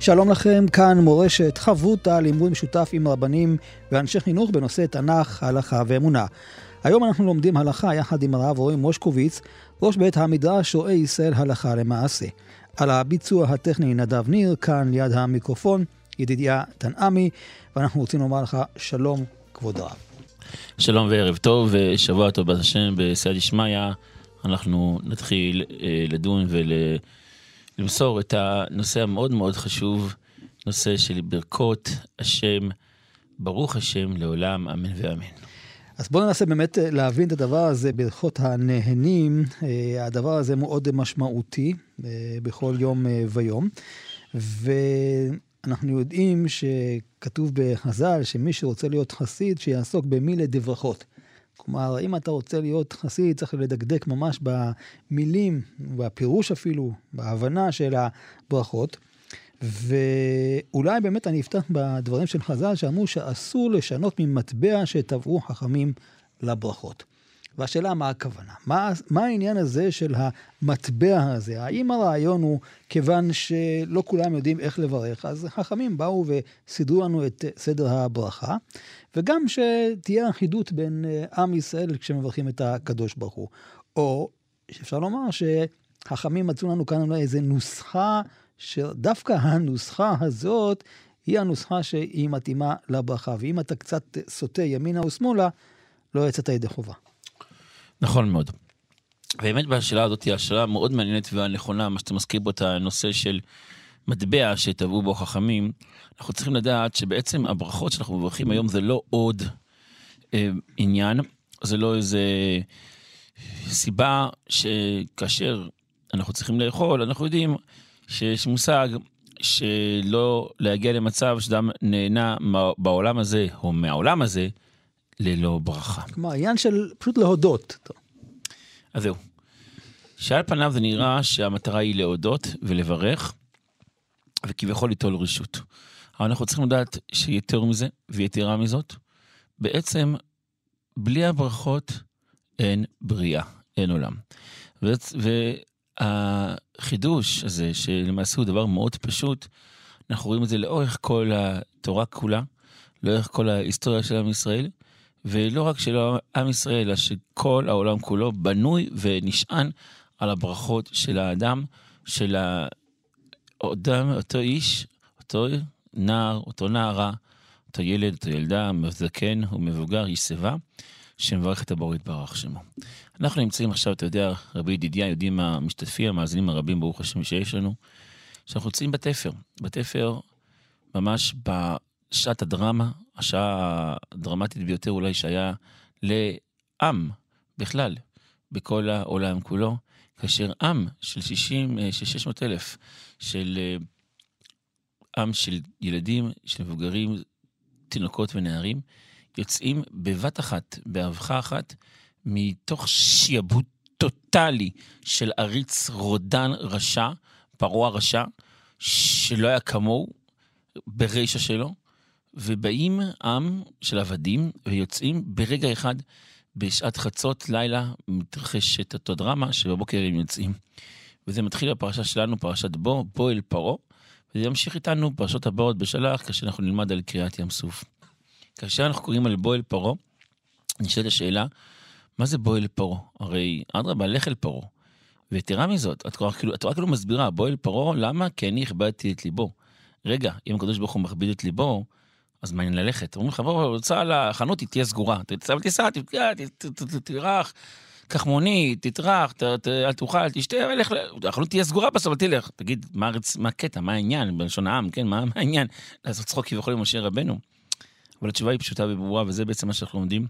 שלום לכם, כאן מורשת, חברותא לימוד משותף עם רבנים ואנשי חינוך בנושא תנ"ך, הלכה ואמונה. היום אנחנו לומדים הלכה יחד עם הרב רועי מושקוביץ, ראש בית המדרש שועי ישראל הלכה למעשה. על הביצוע הטכני נדב ניר, כאן ליד המיקרופון ידידיה תנעמי, ואנחנו רוצים לומר לך שלום כבוד הרב. שלום וערב טוב ושבוע טוב בהשם בסייעתא דשמיא. אנחנו נתחיל לדון ולמסור את הנושא המאוד מאוד חשוב, נושא של ברכות השם, ברוך השם לעולם, אמן ואמן. אז בואו ננסה באמת להבין את הדבר הזה, ברכות הנהנים. הדבר הזה מאוד משמעותי בכל יום ויום, ואנחנו יודעים שכתוב בחז"ל שמי שרוצה להיות חסיד שיעסוק במילי דברכות. כלומר, אם אתה רוצה להיות חסיד, צריך לדקדק ממש במילים, בפירוש אפילו, בהבנה של הברכות. ואולי באמת אני אפתח בדברים של חז"ל שאמרו שאסור לשנות ממטבע שטבעו חכמים לברכות. והשאלה מה הכוונה? מה העניין הזה של המטבע הזה? האם הרעיון הוא כיוון שלא כולם יודעים איך לברך, אז חכמים באו וסידרו לנו את סדר הברכה, וגם שתהיה אחידות בין עם ישראל כשמברכים את הקדוש ברוך הוא. או שאפשר לומר שחכמים מצאו לנו כאן איזו נוסחה, שדווקא הנוסחה הזאת היא הנוסחה שהיא מתאימה לברכה, ואם אתה קצת סוטה ימינה או שמאלה, לא יצאת ידי חובה. נכון מאוד. באמת בשאלה הזאת היא השאלה מאוד מעניינת והנכונה, מה שאתה מזכיר בו את הנושא של מטבע שטבעו בו חכמים. אנחנו צריכים לדעת שבעצם הברכות שאנחנו מברכים היום זה לא עוד עניין, זה לא איזה סיבה שכאשר אנחנו צריכים לאכול, אנחנו יודעים שיש מושג שלא להגיע למצב שאדם נהנה בעולם הזה או מהעולם הזה ללא ברכה. כלומר, עניין של פשוט להודות. אז זהו. שעל פניו זה נראה שהמטרה היא להודות ולברך, וכביכול ליטול רשות. אבל אנחנו צריכים לדעת שיותר מזה ויתרה מזאת, בעצם בלי הברכות אין בריאה, אין עולם. והחידוש הזה, שלמעשה הוא דבר מאוד פשוט, אנחנו רואים את זה לאורך כל התורה כולה, לאורך כל ההיסטוריה של עם ישראל, ולא רק של עם ישראל, אלא שכל העולם כולו בנוי ונשען על הברכות של האדם, של האדם, אותו איש, אותו נער, אותו נערה, אותו ילד, אותו ילדה, זקן ומבוגר, איש שיבה, שמברך את הבורא יתברך שמו. אנחנו נמצאים עכשיו, אתה יודע, רבי ידידיה, יודעים המשתתפים, המאזינים הרבים, ברוך השם שיש לנו, שאנחנו נמצאים בתפר ממש בשעת הדרמה, השעה הדרמטית ביותר אולי שהיה לעם בכלל, בכל העולם כולו, כאשר עם של 600,000, של עם של ילדים, של מבוגרים, תינוקות ונערים, יוצאים בבת אחת, באבחה אחת, מתוך שיעבוד טוטלי של עריץ רודן רשע, פרעה רשע, שלא היה כמוהו ברשע שלו, ובאים עם של עבדים ויוצאים ברגע אחד בשעת חצות לילה מתרחשת אותו דרמה שבבוקר הם יוצאים. וזה מתחיל בפרשה שלנו, פרשת בוא אל פרעה, וזה ימשיך איתנו פרשות הבאות בשלח כאשר אנחנו נלמד על קריאת ים סוף. כאשר אנחנו קוראים על בוא אל פרעה, נשאלת השאלה, מה זה בוא אל פרעה? הרי אדרבה, לך אל פרעה. ויתרה מזאת, התורה כאילו מסבירה, בוא אל פרעה, למה? כי אני הכבדתי את ליבו. רגע, אם הקדוש ברוך הוא מכביד את ליבו, אז מה אין ללכת? אומרים לך, בוא, רוצה לחנות, היא תהיה סגורה. תיסע, תרח, קח מונית, תטרח, אל תאכל, תשתה, החנות תהיה סגורה בסוף, תלך. תגיד, מה הקטע, מה העניין? בלשון העם, כן, מה העניין? לעשות צחוק כביכול עם משה רבנו. אבל התשובה היא פשוטה וברורה, וזה בעצם מה שאנחנו לומדים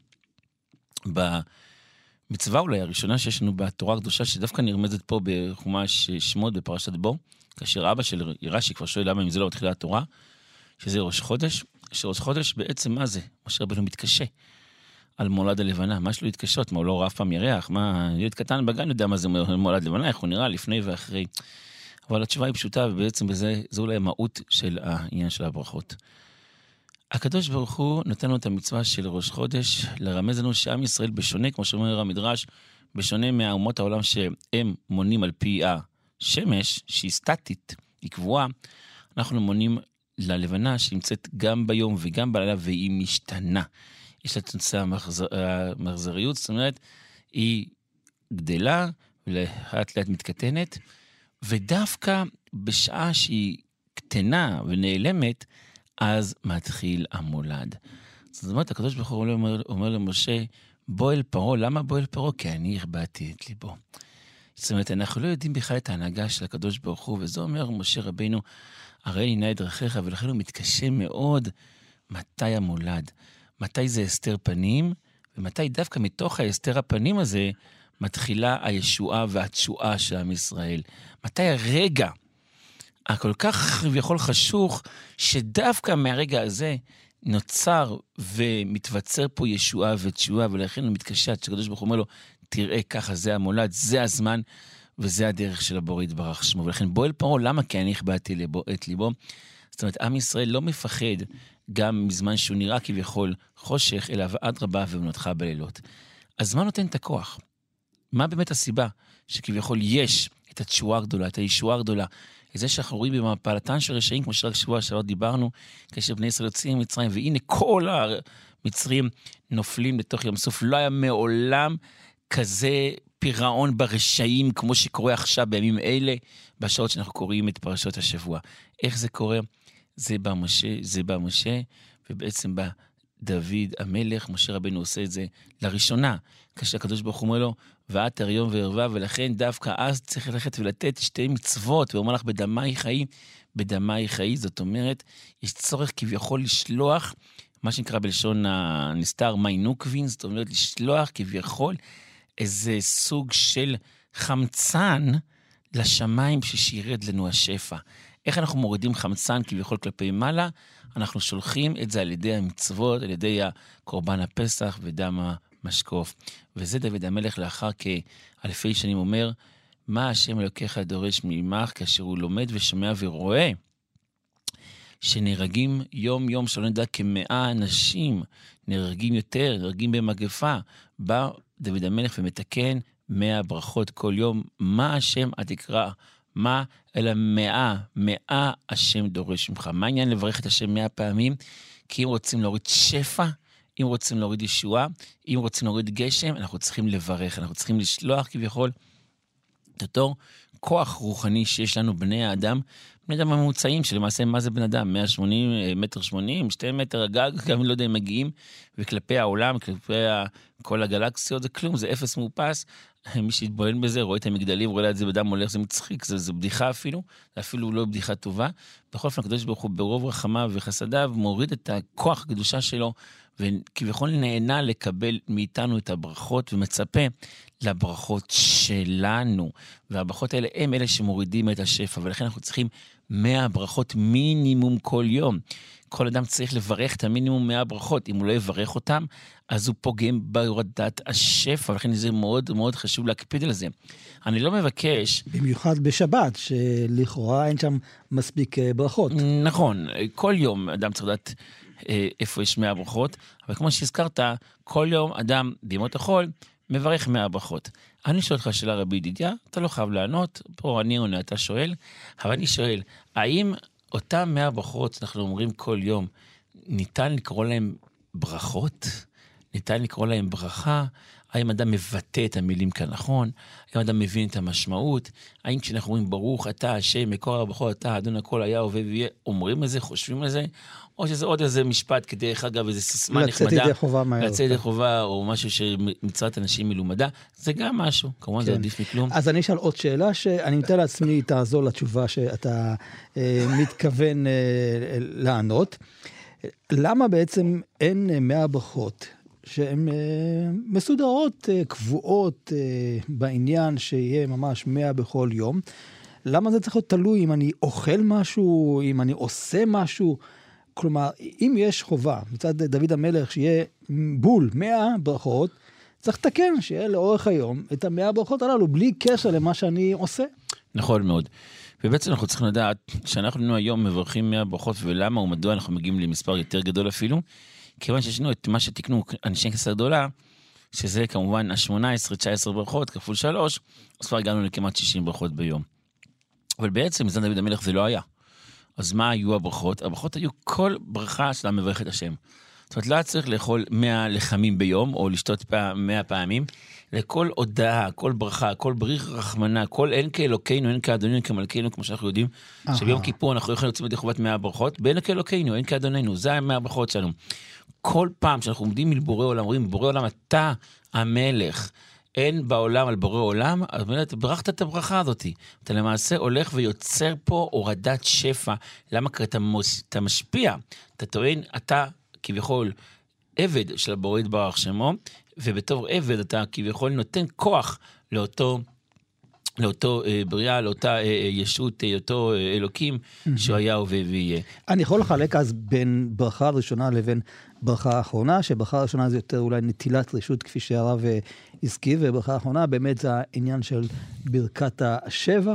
במצווה אולי הראשונה שיש לנו בתורה הקדושה, שדווקא נרמזת פה בחומש שמות בפרשת בו, כאשר אבא של רש"י כבר שואל למה אם זה לא מתחילה התורה, שזה ראש חודש, שראש חודש בעצם מה זה? משה רבנו מתקשה על מולד הלבנה, מה יש לו להתקשות? מה הוא לא ראה פעם ירח? מה, ילד קטן בגן יודע מה זה מולד לבנה, איך הוא נראה לפני ואחרי. אבל התשובה היא פשוטה, ובעצם בזה, זו אולי המהות של העניין של הברכות. הקדוש ברוך הוא נתן לנו את המצווה של ראש חודש, לרמז לנו שעם ישראל בשונה, כמו שאומר המדרש, בשונה מהאומות העולם שהם מונים על פי השמש, שהיא סטטית, היא קבועה, אנחנו מונים ללבנה שנמצאת גם ביום וגם בלילה, והיא משתנה. יש לה תוצאה מחזריות, זאת אומרת, היא גדלה, ולאט לאט מתקטנת, ודווקא בשעה שהיא קטנה ונעלמת, אז מתחיל המולד. זאת אומרת, הקדוש ברוך הוא אומר למשה, בוא אל פרעה. למה בוא אל פרעה? כי אני הכבדתי את ליבו. זאת אומרת, אנחנו לא יודעים בכלל את ההנהגה של הקדוש ברוך הוא, וזה אומר משה רבינו, הרי לי נא את דרכיך, ולכן הוא מתקשה מאוד מתי המולד, מתי זה הסתר פנים, ומתי דווקא מתוך ההסתר הפנים הזה, מתחילה הישועה והתשועה של עם ישראל. מתי הרגע הכל כך יכול חשוך, שדווקא מהרגע הזה נוצר ומתווצר פה ישועה ותשועה, ולכן הוא מתקשה, שהקדוש ברוך הוא אומר לו, תראה ככה זה המולד, זה הזמן, וזה הדרך של הבורא יתברך שמו. ולכן בוא אל פרעה, למה? כי אני הכבדתי את ליבו. זאת אומרת, עם ישראל לא מפחד גם מזמן שהוא נראה כביכול חושך, אלא אדרבה ואמונתך בלילות. אז מה נותן את הכוח? מה באמת הסיבה שכביכול יש את התשועה הגדולה, את הישועה הגדולה, את זה שאנחנו רואים במפלתן של רשעים, כמו שרק שבוע שעוד דיברנו, כאשר בני ישראל יוצאים ממצרים, והנה כל המצרים נופלים לתוך ים סוף. לא היה מעולם כזה פירעון ברשעים, כמו שקורה עכשיו בימים אלה, בשעות שאנחנו קוראים את פרשות השבוע. איך זה קורה? זה בא משה, ובעצם בא דוד המלך, משה רבנו עושה את זה לראשונה, כאשר הקדוש ברוך הוא אומר לו, ועתר יום וערבה, ולכן דווקא אז צריך ללכת ולתת שתי מצוות, ואומר לך, בדמי חיי, בדמי חיי, זאת אומרת, יש צורך כביכול לשלוח, מה שנקרא בלשון הנסתר, מי נוקבין, זאת אומרת, לשלוח כביכול איזה סוג של חמצן לשמיים שירד לנו השפע. איך אנחנו מורידים חמצן כביכול כלפי מעלה? אנחנו שולחים את זה על ידי המצוות, על ידי קורבן הפסח ודם המשקוף. וזה דוד המלך לאחר כאלפי שנים אומר, מה השם אלוקיך דורש ממך, כאשר הוא לומד ושומע ורואה, שנהרגים יום יום שלא נדע כ100 אנשים, נהרגים יותר, נהרגים במגפה, בא דוד המלך ומתקן 100 ברכות כל יום, מה השם התקרא, מה אלא 100 השם דורש ממך. מה העניין לברך את השם 100 פעמים? כי אם רוצים להוריד שפע, אם רוצים להוריד ישועה, אם רוצים להוריד גשם, אנחנו צריכים לברך, אנחנו צריכים לשלוח כביכול את אותו כוח רוחני שיש לנו בני האדם, בני אדם הממוצעים, שלמעשה מה זה בן אדם? 180, 1.80 מטר, 2 מטר הגג, גם לא יודע אם מגיעים, וכלפי העולם, כלפי כל הגלקסיות, זה כלום, זה אפס מאופס. מי שהתבונן בזה, רואה את המגדלים, רואה את זה בדם הולך, זה מצחיק, זה בדיחה אפילו, זה אפילו לא בדיחה טובה. בכל אופן, הקדוש ברוך הוא ברוב רחמיו וחסדיו, מוריד את הכוח הקדושה שלו, וכביכול נהנה לקבל מאיתנו את הברכות, ומצפה לברכות שלנו. והברכות האלה הם אלה שמורידים את השפע, ולכן אנחנו צריכים 100 ברכות מינימום כל יום. כל אדם צריך לברך את המינימום 100 ברכות. אם הוא לא יברך אותם, אז הוא פוגם בהורדת השפע, ולכן זה מאוד מאוד חשוב להקפיד על זה. אני לא מבקש... במיוחד בשבת, שלכאורה אין שם מספיק ברכות. נכון, כל יום אדם צריך לדעת איפה יש 100 ברכות, אבל כמו שהזכרת, כל יום אדם בימות החול מברך 100 ברכות. אני שואל לך שאלה רבי ידידיה, אתה לא חייב לענות, פה אני עונה, אתה שואל, אבל אני שואל, האם אותם 100 ברכות, אנחנו אומרים כל יום, ניתן לקרוא להם ברכות? ניתן לקרוא להם ברכה? האם אדם מבטא את המילים כאן נכון? האם אדם מבין את המשמעות? האם כשאנחנו אומרים ברוך אתה השם, מקור הברכות, אתה אדון הכל היה הווה ויהיה, אומרים את זה, חושבים על זה? או שזה עוד איזה משפט כדי אגב איזה סיסמה נחמדה, לצאת ידי חובה מהר. לצאת ידי חובה, או משהו שמצוות אנשים מלומדה, זה גם משהו, כמובן זה עדיף מכלום. אז אני אשאל עוד שאלה שאני מתאר לעצמי תעזור לתשובה שאתה מתכוון לענות. למה בעצם אין 100 ברכות שהן מסודרות, קבועות בעניין שיהיה ממש 100 בכל יום? למה זה צריך להיות תלוי אם אני אוכל משהו, אם אני עושה משהו? כלומר, אם יש חובה מצד דוד המלך שיהיה בול 100 ברכות, צריך לתקן שיהיה לאורך היום את 100 ברכות הללו, בלי קשר למה שאני עושה. נכון מאוד. ובעצם אנחנו צריכים לדעת שאנחנו היום מברכים 100 ברכות, ולמה ומדוע אנחנו מגיעים למספר יותר גדול אפילו, כיוון שיש לנו את מה שתקנו אנשי כסר גדולה, שזה כמובן ה-18, 19 ברכות, כפול 3, אז כבר הגענו לכמעט 60 ברכות ביום. אבל בעצם, מזמן דוד המלך זה לא היה. אז מה היו הברכות? הברכות היו כל ברכה שאתה מברך את השם. זאת אומרת, לא צריך לאכול 100 לחמים ביום, או לשתות 100 פעמים, לכל הודעה, כל ברכה, כל בריך רחמנה, כל אין כאלוקינו, אין כאדוננו, אין כמלכנו, כמו שאנחנו יודעים, שביום כיפור אנחנו יכולים להוציא מדי חובת 100 ברכות, ואין כאלוקינו, אין כאדוננו, זה 100 ברכות שלנו. כל פעם שאנחנו עומדים מול בורא עולם, אומרים, בורא עולם, אתה המלך, אין בעולם על בורא עולם, אז באמת, ברכת את הברכה הזאת. אתה למעשה הולך ויוצר פה הורדת שפע. למה? כי אתה משפיע. אתה טוען, אתה כביכול עבד של הבורא יתברך שמו, ובתור עבד אתה כביכול נותן כוח לאותו בריאה, לאותה ישות, אותו אלוקים, שהוא היה הווה ויהיה. אני יכול לחלק אז בין ברכה הראשונה לבין ברכה האחרונה, שברכה הראשונה זה יותר אולי נטילת רשות, כפי שהרב הזכיר, וברכה האחרונה באמת זה העניין של ברכת השבח.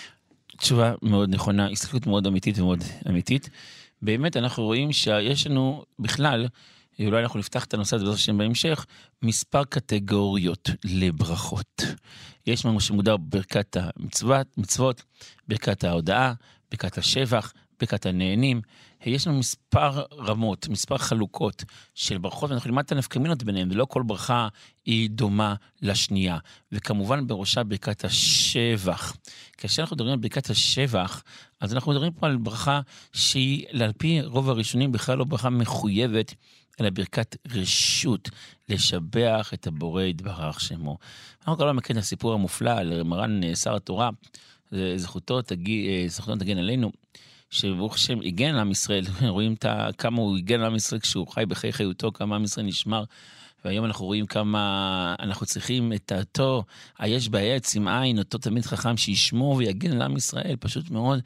תשובה מאוד נכונה, הסתכלות מאוד אמיתית ומאוד אמיתית. באמת אנחנו רואים שיש לנו בכלל, אולי אנחנו נפתח את הנושא הזה בעזרת השם בהמשך, מספר קטגוריות לברכות. יש מה שמוגדר ברכת המצוות, ברכת ההודעה, ברכת השבח, ברכת הנהנים. יש לנו מספר רמות, מספר חלוקות של ברכות, ואנחנו נלמד את הנפקמינות ביניהם, ולא כל ברכה היא דומה לשנייה. וכמובן בראשה ברכת השבח. כאשר אנחנו מדברים על ברכת השבח, אז אנחנו מדברים פה על ברכה שהיא, על פי רוב הראשונים, בכלל לא ברכה מחויבת, אלא ברכת רשות, לשבח את הבורא יתברך שמו. אנחנו כבר לא מכיר את הסיפור המופלא על מרן שר התורה, זכותו תגן עלינו, שברוך השם הגן לעם ישראל, רואים כמה הוא הגן לעם ישראל כשהוא חי בחיי חיותו, כמה עם ישראל נשמר, והיום אנחנו רואים כמה אנחנו צריכים את אותו, היש בעץ עם עין, אותו תמיד חכם שישמור ויגן לעם ישראל, פשוט מאוד,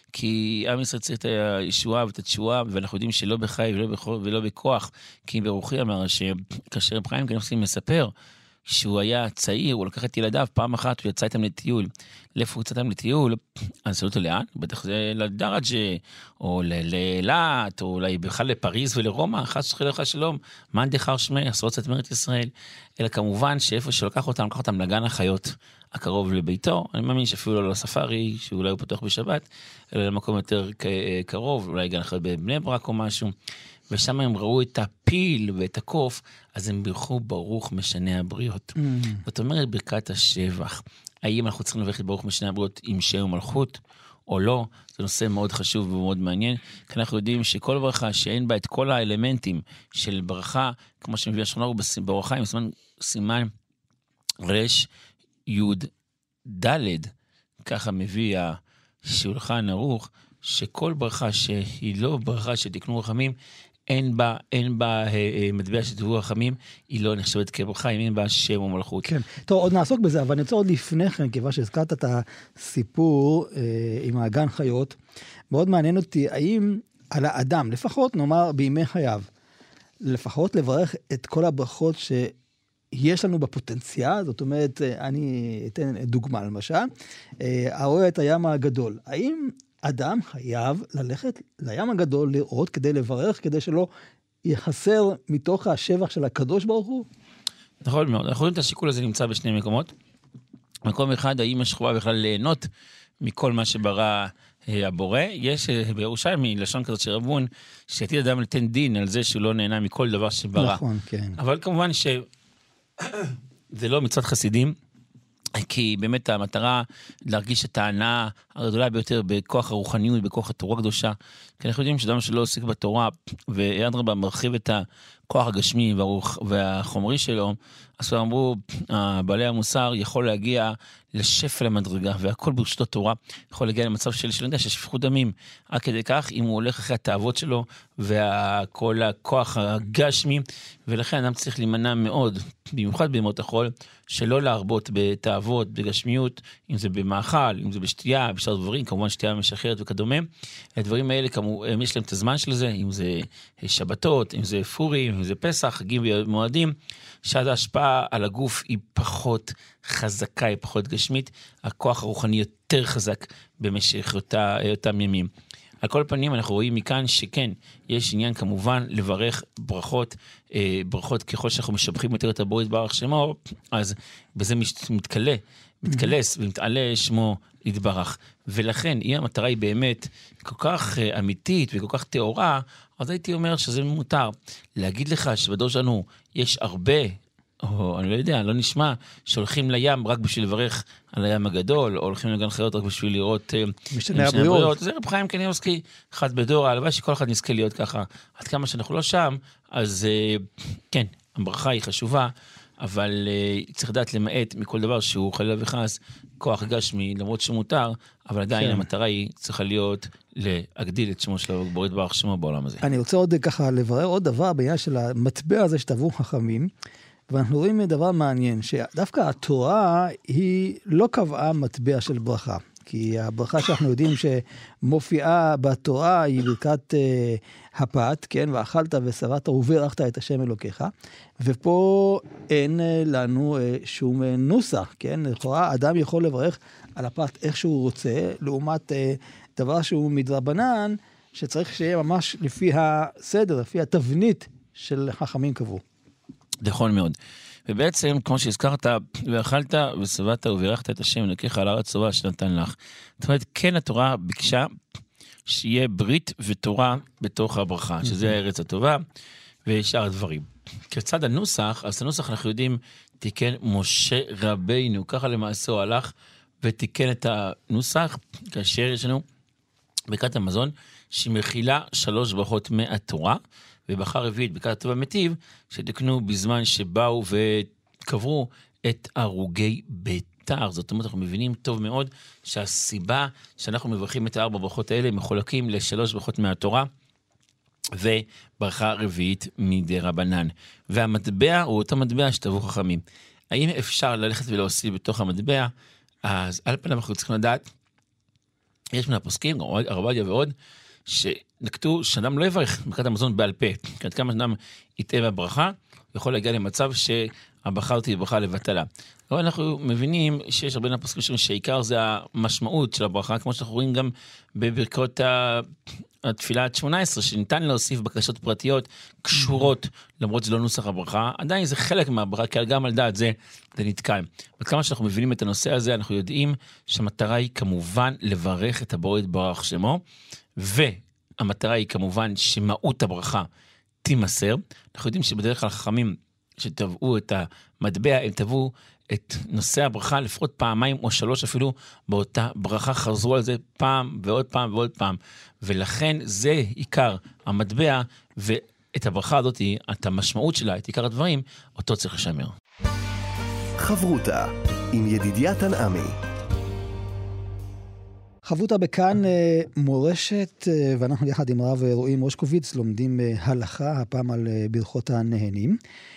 כי עם ישראל צריך את הישועה ואת התשועה, ואנחנו יודעים שלא בחי ולא בכוח, כי ברוחי אמר שכאשר רב חיים כנפסים מספר, שהוא היה צעיר, הוא לקח את ילדיו, פעם אחת הוא יצא איתם לטיול. לאיפה הוא יצא איתם לטיול? אז שאלו אותו לאן? בטח זה לדרג'ה, או לאילת, או אולי בכלל לפריז ולרומא, חס וחלילה שלום, מאן דכר שמי, עשרות צאת מארץ ישראל. אלא כמובן שאיפה שלקח אותם לגן החיות הקרוב לביתו, אני מאמין שאפילו לא לספארי, שאולי הוא פתוח בשבת, אלא למקום יותר קרוב, אולי גן החיות בבני ברק או משהו, ושם הם ראו את הפיל ואת הקוף, אז הם בירכו ברוך משנה הבריות. זאת אומרת, ברכת השבח. האם אנחנו צריכים לברך את ברוך משנה הבריות עם שם ומלכות, או לא? זה נושא מאוד חשוב ומאוד מעניין, כי אנחנו יודעים שכל ברכה שאין בה את כל האלמנטים של ברכה, כמו שמביא השכונה באור החיים, סימן רש יוד דלת, ככה מביא השולחן ערוך, שכל ברכה שהיא לא ברכה שתקנו רחמים, אין בה מטבע שתבואו רחמים, היא לא נחשבת כברכה, אין בה שם ומלכות. כן, טוב, עוד נעסוק בזה, אבל אני רוצה עוד לפני כן, כיוון שהזכרת את הסיפור עם הגן חיות, מאוד מעניין אותי, האם על האדם, לפחות נאמר בימי חייו, לפחות לברך את כל הברכות שיש לנו בפוטנציאל, זאת אומרת, אני אתן דוגמה למשל, הרואה את הים הגדול, האם אדם חייב ללכת לים הגדול לראות כדי לברך, כדי שלא יחסר מתוך השבח של הקדוש ברוך הוא? נכון מאוד, אנחנו רואים את השיקול הזה נמצא בשני מקומות. מקום אחד, האם יש חובה בכלל ליהנות מכל מה שברא הבורא? יש בירושלמי לשון כזאת של רבון, שעתיד אדם לתן דין על זה שהוא לא נהנה מכל דבר שברא. נכון, כן. אבל כמובן שזה לא מצוות חסידים, כי באמת המטרה להרגיש את ההנאה הגדולה ביותר בכוח הרוחניות, בכוח התורה הקדושה. כי אנחנו יודעים שאדם שלא עוסק בתורה, ואדרבה מרחיב את הכוח הגשמי והחומרי שלו, אז אמרו, בעלי המוסר יכול להגיע לשפל המדרגה, והכל ברשות התורה יכול להגיע למצב של יודע, ששפיכות דמים. עד כדי כך, אם הוא הולך אחרי התאוות שלו, וכל הכוח הגשמי, ולכן אדם צריך להימנע מאוד, במיוחד בימות החול, שלא להרבות בתאוות, בגשמיות, אם זה במאכל, אם זה בשתייה, בשאר דברים, כמובן שתייה משחררת וכדומה. הדברים האלה, כמובן, יש להם את הזמן של זה, אם זה שבתות, אם זה פורים, אם זה פסח, חגים ומועדים, שעד ההשפעה על הגוף היא פחות חזקה, היא פחות גשמית, הכוח הרוחני יותר חזק במשך אותם ימים. על כל פנים אנחנו רואים מכאן שכן, יש עניין כמובן לברך ברכות ככל שאנחנו משבחים יותר את הבורא יתברך שמו, אז בזה מתקלס ומתעלה שמו יתברך. ולכן, אם המטרה היא באמת כל כך אמיתית וכל כך תאורה, אז הייתי אומר שזה מותר. להגיד לך שבדור שלנו יש הרבה, או אני לא יודע, לא נשמע, שהולכים לים רק בשביל לברך על הים הגדול, או הולכים לגן חיות רק בשביל לראות משנה הבריאות. זה רב חיים קניבסקי, אחד בדור, הלוואי שכל אחד נזכה להיות ככה. עד כמה שאנחנו לא שם, אז כן, הברכה היא חשובה, אבל צריך לדעת למעט מכל דבר שהוא חלילה וחס, כוח גשמי, למרות שמותר, אבל עדיין המטרה היא צריכה להיות להגדיל את שמו של הגבור יתברך שמו בעולם הזה. אני רוצה עוד ככה לברר עוד דבר בעניין של המטבע הזה שטבעו חכמים, ואנחנו רואים דבר מעניין, שדווקא התורה היא לא קבעה מטבע של ברכה, כי הברכה שאנחנו יודעים שמופיעה בתורה היא ברכת הפת, כן, ואכלת ושבעת וברכת את השם אלוקיך, ופה אין לנו שום נוסח, כן, לכאורה אדם יכול לברך על הפת איך שהוא רוצה, לעומת דבר שהוא מדרבנן, שצריך שיהיה ממש לפי הסדר, לפי התבנית של חכמים קבעו. נכון מאוד. ובעצם, כמו שהזכרת, ואכלת ושבעת וברכת את השם אלוקיך על הארץ טובה שנתן לך. זאת אומרת, כן התורה ביקשה שיהיה ברית ותורה בתוך הברכה, שזה הארץ הטובה ושאר הדברים. כצד הנוסח, אז הנוסח אנחנו יודעים, תיקן משה רבינו, ככה למעשה הוא הלך ותיקן את הנוסח, כאשר יש לנו ברכת המזון, שמכילה 3 ברכות מהתורה, ובברכה רביעית, ברכת הטוב והמיטיב, שתקנו בזמן שבאו וקברו את הרוגי ביתר. זאת אומרת, אנחנו מבינים טוב מאוד שהסיבה שאנחנו מברכים את 4 ברכות האלה מחולקים ל3 ברכות מהתורה, וברכה רביעית מדי רבנן. והמטבע הוא אותו מטבע שטבעו חכמים. האם אפשר ללכת ולהוסיף בתוך המטבע? אז על פניו אנחנו צריכים לדעת, יש מן הפוסקים, הרב עובדיה ועוד, שנקטו שאדם לא יברך ברכת המזון בעל פה. כעת כמה שאדם יטעה בברכה, יכול להגיע למצב שהברכה אותי ברכה לבטלה. אבל אנחנו מבינים שיש הרבה פוסקים שהעיקר זה המשמעות של הברכה, כמו שאנחנו רואים גם בברכות התפילה 18, שניתן להוסיף בקשות פרטיות קשורות, למרות זה לא נוסח הברכה, עדיין זה חלק מהברכה, כי גם על דעת זה נתקיים. וכמה שאנחנו מבינים את הנושא הזה, אנחנו יודעים שהמטרה היא כמובן לברך את הבורא יתברך שמו, והמטרה היא כמובן שמהות הברכה תימסר. אנחנו יודעים שבדרך כלל חכמים שטבעו את המטבע, הם טבעו את נושא הברכה לפחות 2 או 3 אפילו באותה ברכה, חזרו על זה פעם ועוד פעם ועוד פעם, ולכן זה עיקר המטבע, ואת הברכה הזאת, את המשמעות שלה, את עיקר הדברים, אותו צריך לשמר. חברותה עם ידידיה תנעמי. חברותה בכאן מורשת, ואנחנו יחד עם רב רועי מושקוביץ לומדים הלכה, הפעם על ברכות הנהנים,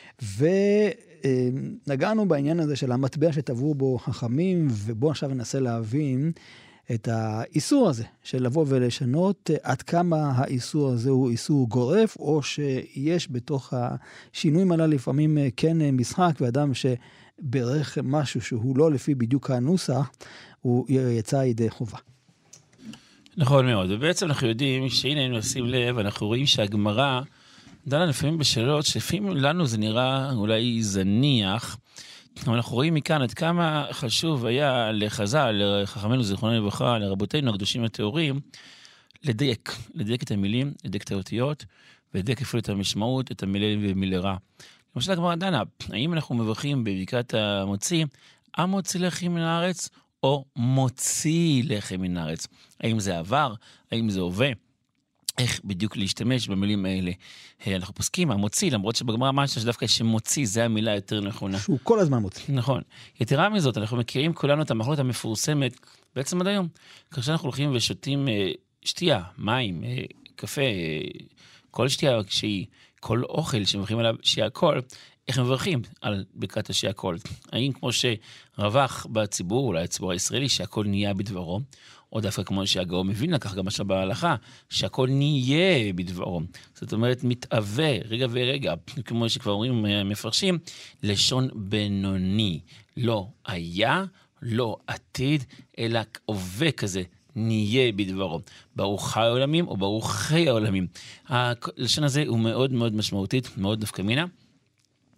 ונגענו בעניין הזה של המטבע שטבעו בו חכמים, ובואו עכשיו ננסה להבין את האיסור הזה של לבוא ולשנות, עד כמה האיסור הזה הוא איסור גורף, או שיש בתוך השינויים הללו לפעמים כן משחק, ואדם שברך משהו שהוא לא לפי בדיוק הנוסח, הוא יצא ידי חובה. נכון מאוד, ובעצם אנחנו יודעים שהנה נשים לב, אנחנו רואים שהגמרא דנה לפעמים בשאלות שלפעמים לנו זה נראה אולי זניח, אבל אנחנו רואים מכאן עד כמה חשוב היה לחז"ל, לחכמינו זיכרונם לברכה, לרבותינו הקדושים הטהורים, לדייק את המילים, לדייק את האותיות, ולדייק אפילו את המשמעות, את המילה ומילה רע. למשל הגמרא דנה, האם אנחנו מברכים בברכת המוציא, המוציא לחם מן הארץ, או מוציא לחם מן הארץ? האם זה עבר? האם זה הווה? איך בדיוק להשתמש במילים האלה? אנחנו פוסקים, המוציא, למרות שבגמרא משהו שדווקא שמוציא, זה המילה יותר נכונה. שהוא כל הזמן מוציא. נכון. יתרה מזאת, אנחנו מכירים כולנו את המחלוקת המפורסמת, בעצם עד היום. כאשר אנחנו הולכים ושותים שתייה, מים, קפה, כל שתייה שהיא, כל אוכל שמברכים עליו שיהיה הכל, איך מברכים על ברכת השיהיה הכל? האם כמו שרווח בציבור, אולי הציבור הישראלי, שהכל נהיה בדברו, או דווקא כמו שהגאון מבין לקח גם עכשיו בהלכה, שהכל נהיה בדברו. זאת אומרת, מתאווה רגע ורגע, כמו שכבר אומרים מפרשים, לשון בינוני. לא היה, לא עתיד, אלא הווה כזה, נהיה בדברו. ברוך העולמים או ברוכי העולמים. הלשון הזה הוא מאוד מאוד משמעותית, מאוד נפקא מינה.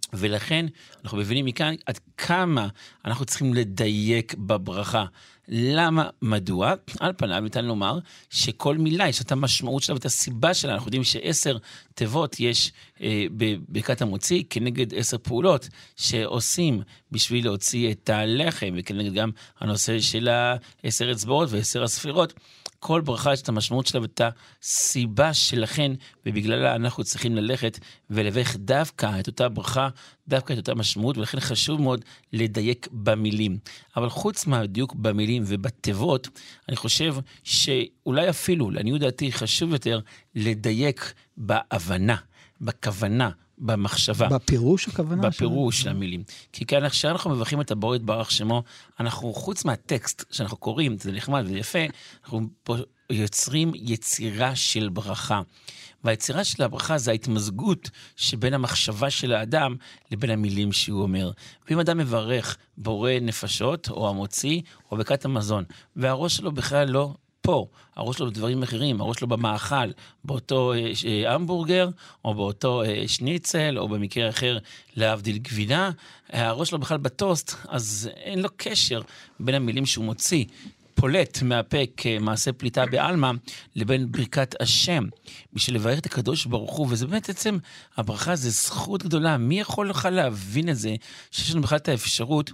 ולכן אנחנו מבינים מכאן עד כמה אנחנו צריכים לדייק בברכה. למה? מדוע? על פניו ניתן לומר שכל מילה יש את המשמעות שלה ואת הסיבה שלה. אנחנו יודעים ש10 תיבות יש בברכת המוציא כנגד 10 פעולות שעושים בשביל להוציא את הלחם, וכנגד גם הנושא של 10 אצבעות ו10 הספירות. כל ברכה יש את המשמעות שלה ואת הסיבה שלכן, ובגללה אנחנו צריכים ללכת ולברך דווקא את אותה ברכה, דווקא את אותה משמעות, ולכן חשוב מאוד לדייק במילים. אבל חוץ מהדיוק במילים ובתיבות, אני חושב שאולי אפילו, לעניות דעתי, חשוב יותר לדייק בהבנה, בכוונה, במחשבה. בפירוש הכוונה? בפירוש של המילים. כי כאן כשאנחנו מברכים את הבורא יתברך שמו, אנחנו חוץ מהטקסט שאנחנו קוראים, זה נחמד ויפה, אנחנו פה יוצרים יצירה של ברכה. והיצירה של הברכה זה ההתמזגות שבין המחשבה של האדם לבין המילים שהוא אומר. ואם אדם מברך בורא נפשות או המוציא או ברכת המזון, והראש שלו בכלל לא פה, הראש שלו בדברים אחרים, הראש שלו במאכל, באותו המבורגר, או באותו שניצל, או במקרה אחר להבדיל גבינה, הראש שלו בכלל בטוסט, אז אין לו קשר בין המילים שהוא מוציא, פולט מהפה כמעשה פליטה בעלמא, לבין ברכת השם, בשביל לברך את הקדוש ברוך הוא, וזה באמת עצם הברכה, זה זכות גדולה. מי יכול לך להבין את זה, שיש לנו בכלל את האפשרות,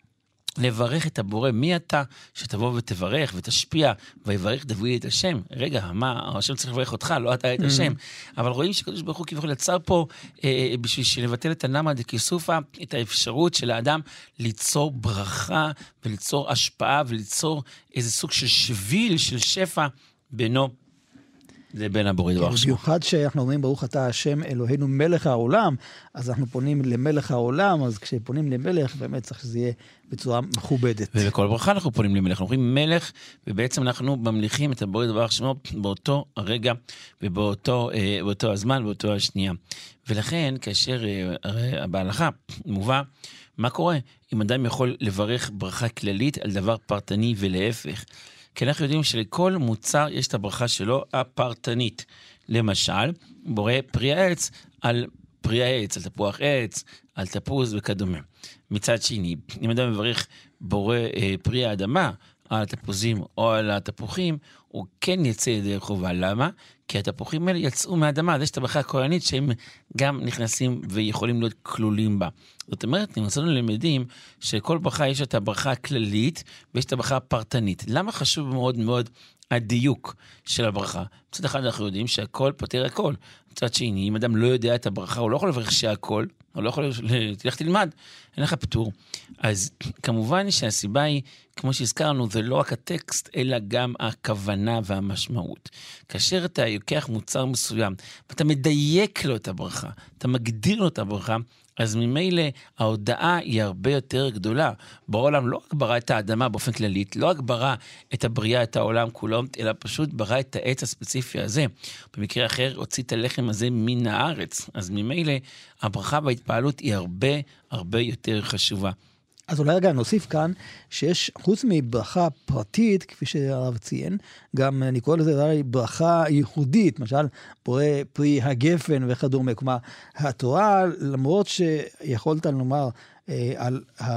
לברך את הבורא? מי אתה שתבוא ותברך ותשפיע ויברך דוד את השם? רגע, מה, השם צריך לברך אותך, לא אתה את השם. אבל רואים שקדוש ברוך הוא כביכול יצר פה בשביל לבטל את הנמא דכיסופא, את האפשרות של האדם ליצור ברכה וליצור השפעה וליצור איזה סוג של שביל של שפע בינו לבין הבורא יתברך שמו. במיוחד שאנחנו אומרים ברוך אתה השם אלוהינו מלך העולם, אז אנחנו פונים למלך העולם, אז כשפונים למלך באמת צריך שזה יהיה בצורה מכובדת. ובכל ברכה אנחנו פונים למלך, אנחנו אומרים מלך, ובעצם אנחנו ממליכים את הבורא יתברך שמו באותו הרגע ובאותו הזמן, באותו השנייה. ולכן כאשר בהלכה מובא, מה קורה? אם אדם יכול לברך ברכה כללית על דבר פרטני ולהפך. כי אנחנו יודעים שלכל מוצר יש את הברכה שלו הפרטנית. למשל, בורא פרי העץ על פרי העץ, על תפוח עץ, על תפוז וכדומה. מצד שני, אם אדם מברך בורא פרי האדמה על התפוזים או על התפוחים, הוא כן יצא ידי חובה. למה? כי התפוחים האלה יצאו מהאדמה, אז יש את הברכה הכהנית שהם גם נכנסים ויכולים להיות כלולים בה. זאת אומרת, נמצאנו למדים שכל ברכה יש את הברכה הכללית ויש את הברכה הפרטנית. למה חשוב מאוד מאוד הדיוק של הברכה? מצד אחד אנחנו יודעים שהכל פותר הכל. מצד שני, אם אדם לא יודע את הברכה, הוא לא יכול לברך שהכל, הוא לא יכול, תלך תלמד, אין לך פטור. אז כמובן שהסיבה היא, כמו שהזכרנו, זה לא רק הטקסט, אלא גם הכוונה והמשמעות. כאשר אתה יוקח מוצר מסוים, ואתה מדייק לו את הברכה, אתה מגדיר לו את הברכה, אז ממילא ההודעה היא הרבה יותר גדולה. בעולם לא רק ברא את האדמה באופן כללית, לא רק ברא את הבריאה, את העולם כולו, אלא פשוט ברא את העץ הספציפי הזה. במקרה אחר הוציא את הלחם הזה מן הארץ. אז ממילא הברכה וההתפעלות היא הרבה הרבה יותר חשובה. אז אולי רגע נוסיף כאן שיש חוץ מברכה פרטית, כפי שהרב ציין, גם אני קורא לזה ברכה ייחודית, למשל בורא פרי הגפן וכדומה. כלומר, התורה, למרות שיכולת לומר על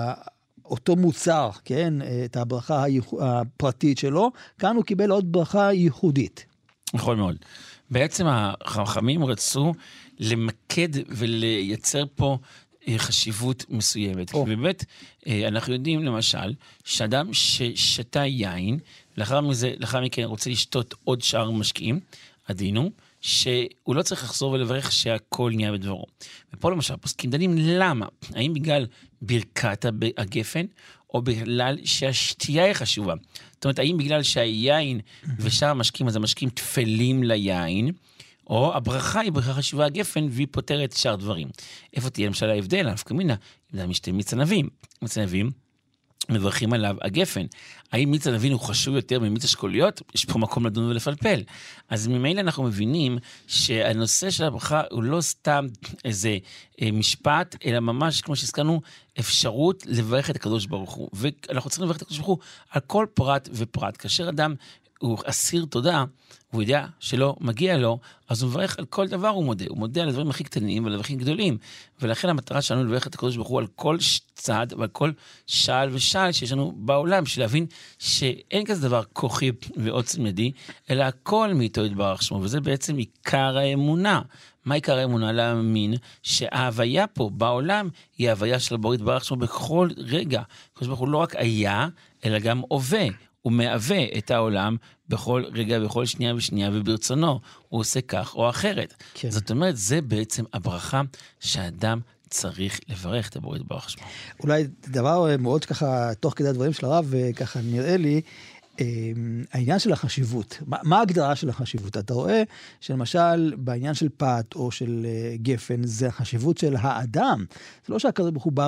אותו מוצר, כן, את הברכה הפרטית שלו, כאן הוא קיבל עוד ברכה ייחודית. נכון מאוד. בעצם החכמים רצו למקד ולייצר פה חשיבות מסוימת. ובאמת, אנחנו יודעים למשל, שאדם ששתה יין, לאחר מכן רוצה לשתות עוד שאר משקיעים, עדינו, שהוא לא צריך לחזור ולברך שהכל נהיה בדברו. ופה למשל, פוסקים דנים למה? האם בגלל ברכת הגפן, או בגלל שהשתייה היא חשובה? זאת אומרת, האם בגלל שהיין ושאר המשקיעים, אז המשקיעים תפלים ליין, או הברכה היא ברכה חשובה הגפן, והיא פותרת שאר דברים. איפה תהיה למשל ההבדל? נפקא מינה, אם זה משתה מיץ ענבים. מיץ ענבים, מברכים עליו הגפן. האם מיץ ענבים הוא חשוב יותר ממיץ אשכוליות? יש פה מקום לדון ולפלפל. אז ממילא אנחנו מבינים שהנושא של הברכה הוא לא סתם איזה משפט, אלא ממש, כמו שהזכרנו, אפשרות לברך את הקדוש ברוך הוא. ואנחנו צריכים לברך את הקדוש ברוך הוא על כל פרט ופרט. כאשר אדם הוא אסיר תודה, הוא יודע שלא מגיע לו, אז הוא מברך על כל דבר, הוא מודה על הדברים הכי קטנים ועל הדברים הכי גדולים, ולכן המטרה שלנו לברך את הקדוש ברוך הוא על כל צעד ועל כל שעל ושעל שיש לנו בעולם, של להבין שאין כזה דבר כוחי ועוצם ידי, אלא הכל מאיתו יתברך שמו, וזה בעצם עיקר האמונה. מה עיקר האמונה? להאמין שההוויה פה בעולם היא ההוויה של הבורא יתברך שמו בכל רגע. הקדוש ברוך הוא לא רק היה, אלא גם הווה. הוא מהווה את העולם בכל רגע, בכל שנייה ושנייה, וברצונו הוא עושה כך או אחרת. כן. זאת אומרת, זה בעצם הברכה שהאדם צריך לברך את הבורא יתברך שמו. אולי דבר מאוד ככה, תוך כדי הדברים של הרב, ככה נראה לי, העניין של החשיבות. מה ההגדרה של החשיבות? אתה רואה שלמשל בעניין של פת או של גפן, זה החשיבות של האדם. זה לא שהקדוש ברוך הוא בא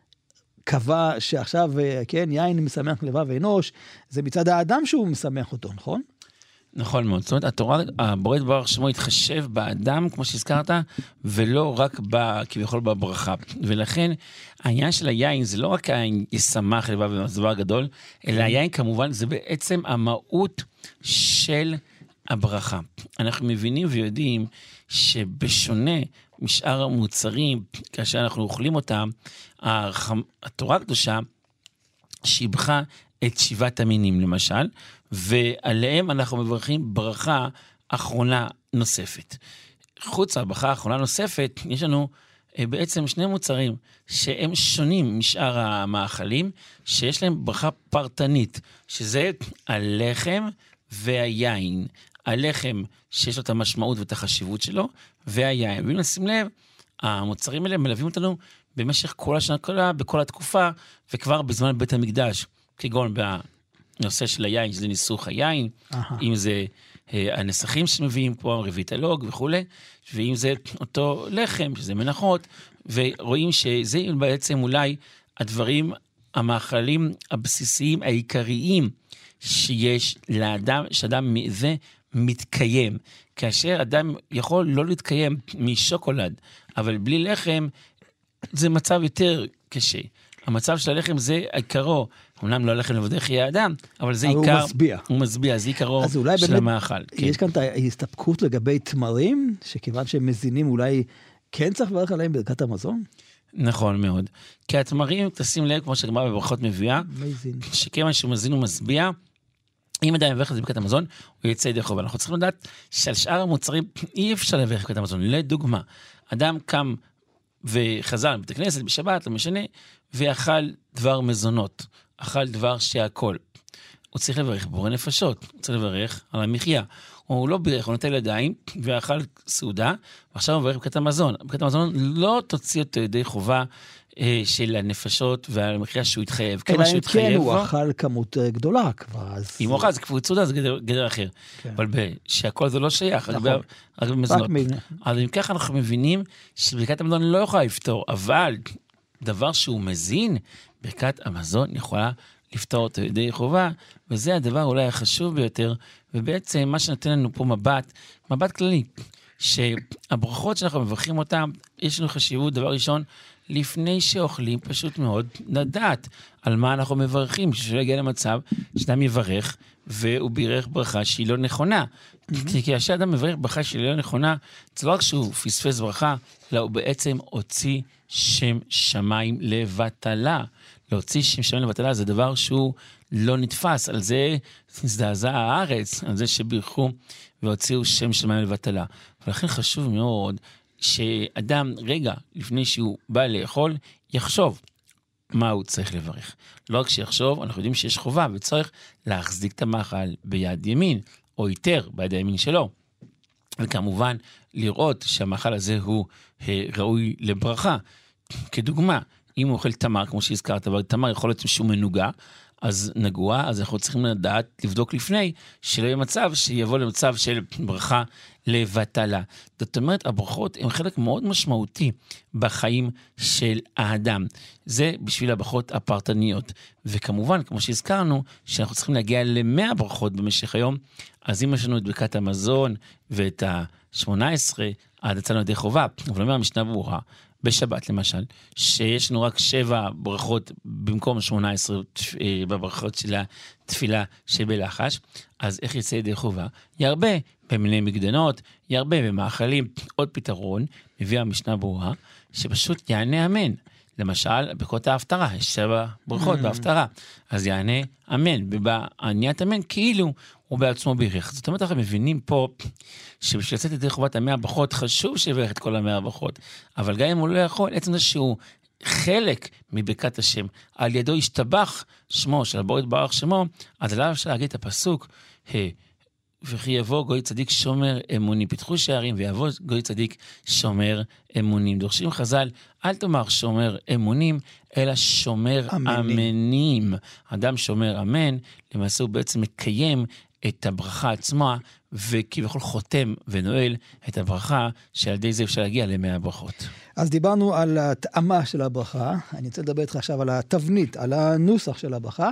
קבע שעכשיו, כן, יין משמח לבב אנוש, זה מצד האדם שהוא משמח אותו, נכון? נכון מאוד. זאת אומרת, התורה, הבורא יתברך שמו התחשב באדם, כמו שהזכרת, ולא רק כביכול בברכה. ולכן, העניין של היין זה לא רק היין ישמח לבב ומזבר גדול, אלא היין כמובן זה בעצם המהות של הברכה. אנחנו מבינים ויודעים שבשונה משאר המוצרים, כאשר אנחנו אוכלים אותם, התורה הקדושה שיבחה את 7 המינים למשל, ועליהם אנחנו מברכים ברכה אחרונה נוספת. חוץ מהברכה האחרונה נוספת, יש לנו בעצם 2 מוצרים שהם שונים משאר המאכלים, שיש להם ברכה פרטנית, שזה הלחם והיין. הלחם שיש לו את המשמעות ואת החשיבות שלו, והיין. ואם נשים לב, המוצרים האלה מלווים אותנו במשך כל השנה כולה, בכל התקופה, וכבר בזמן בית המקדש, כגון בנושא של היין, שזה ניסוך היין, אם זה הנסחים שמביאים פה, רבית הלוג וכו', ואם זה אותו לחם, שזה מנחות, ורואים שזה בעצם אולי הדברים, המאכלים הבסיסיים, העיקריים, שיש לאדם, שאדם מזה מתקיים. כאשר אדם יכול לא להתקיים משוקולד, אבל בלי לחם, זה מצב יותר קשה. המצב של הלחם זה עיקרו, אמנם לא הלחם לבדך חיי האדם, אבל זה עיקר, הוא משביע, זה עיקרו של המאכל. יש כאן את ההסתפקות לגבי תמרים, שכיוון שהם מזינים אולי כן צריך לברך עליהם ברכת המזון? נכון מאוד. כי התמרים, תשים לב, כמו שהגמרא בברכות מביאה, שכיוון שהוא מזין ומשביע, אם אדם יברך את זה ברכת המזון, הוא יצא ידי חובה. אנחנו צריכים לדעת שעל שאר המוצרים אי אפשר לברך ברכת המזון. לדוגמה, אדם קם וחזר לבית הכנסת בשבת, לא משנה, ואכל דבר מזונות, אכל דבר שהכל. הוא צריך לברך בורא נפשות, הוא צריך לברך על המחיה. הוא לא בירך, הוא נוטל ידיים, ואכל סעודה, ועכשיו הוא מברך ברכת המזון. ברכת המזון לא תוציא אותו ידי חובה של הנפשות והמחיה שהוא התחייב. אלא אם כן הוא אכל כמות גדולה כבר. אם הוא אכל, זה כפות סעודה, זה גדר אחר. אבל שהכל זה לא שייך, רק במזונות. אז אם ככה אנחנו מבינים שברכת המזון לא יכולה לפתור, אבל דבר שהוא מזין, ברכת המזון יכולה לפתור אותו ידי חובה, וזה הדבר אולי החשוב ביותר, ובעצם מה שנותן לנו פה מבט כללי, שהברכות שאנחנו מברכים אותם, יש לנו חשיבות, דבר ראשון, לפני שאוכלים פשוט מאוד לדעת על מה אנחנו מברכים, שלא יגיע למצב שאדם יברך, והוא בירך ברכה שהיא לא נכונה. כי כאשר אדם מברך ברכה שהיא לא נכונה, זה לא רק שהוא פספס ברכה, אלא הוא בעצם הוציא שם שמיים לבטלה. להוציא שם שמיים לבטלה זה דבר שהוא לא נתפס, על זה הזדעזעה הארץ, על זה שבירכו והוציאו שם שמיים לבטלה. ולכן חשוב מאוד שאדם רגע לפני שהוא בא לאכול, יחשוב מה הוא צריך לברך. לא רק שיחשוב, אנחנו יודעים שיש חובה וצריך להחזיק את המאכל ביד ימין, או יותר ביד הימין שלו. וכמובן לראות שהמאכל הזה הוא ראוי לברכה. כדוגמה, אם הוא אוכל תמר, כמו שהזכרת, אבל תמר יכול להיות שהוא מנוגע, אז נגוע, אז אנחנו צריכים לדעת, לבדוק לפני, שלא יהיה מצב שיבוא למצב של ברכה לבטלה. זאת אומרת, הברכות הן חלק מאוד משמעותי בחיים של האדם. זה בשביל הברכות הפרטניות. וכמובן, כמו שהזכרנו, שאנחנו צריכים להגיע ל100 ברכות במשך היום, אז אם יש לנו את ברכת המזון ואת ה-18, עד יצאנו ידי חובה. אבל אומר המשנה ברורה, בשבת למשל, שיש לנו רק 7 ברכות במקום 18 בברכות של התפילה שבלחש, אז איך יצא ידי חובה? ירבה במיני מגדנות, ירבה במאכלים. עוד פתרון, מביא המשנה ברורה, שפשוט יענה אמן. למשל, ברכות ההפטרה, יש 7 ברכות בהפטרה, אז יענה אמן, ובעניית אמן כאילו הוא בעצמו בירך. זאת אומרת, אנחנו מבינים פה שבשביל לצאת ידי חובת 100 ברכות, חשוב שיברך את כל 100 ברכות, אבל גם אם הוא לא יכול, עצם זה שהוא חלק מברכת השם, על ידו ישתבח שמו, של הבורא יתברך שמו, אז עליו אפשר להגיד את הפסוק, וכי יבוא גוי צדיק שומר אמונים, פיתחו שערים ויבוא גוי צדיק שומר אמונים. דורשים חז"ל, אל תאמר שומר אמונים, אלא שומר אמנים. אדם שומר אמן, למעשה הוא בעצם מקיים את הברכה עצמה, וכביכול חותם ונועל את הברכה, שעל ידי זה אפשר להגיע ל100 ברכות. אז דיברנו על התאמה של הברכה, אני רוצה לדבר איתך עכשיו על התבנית, על הנוסח של הברכה,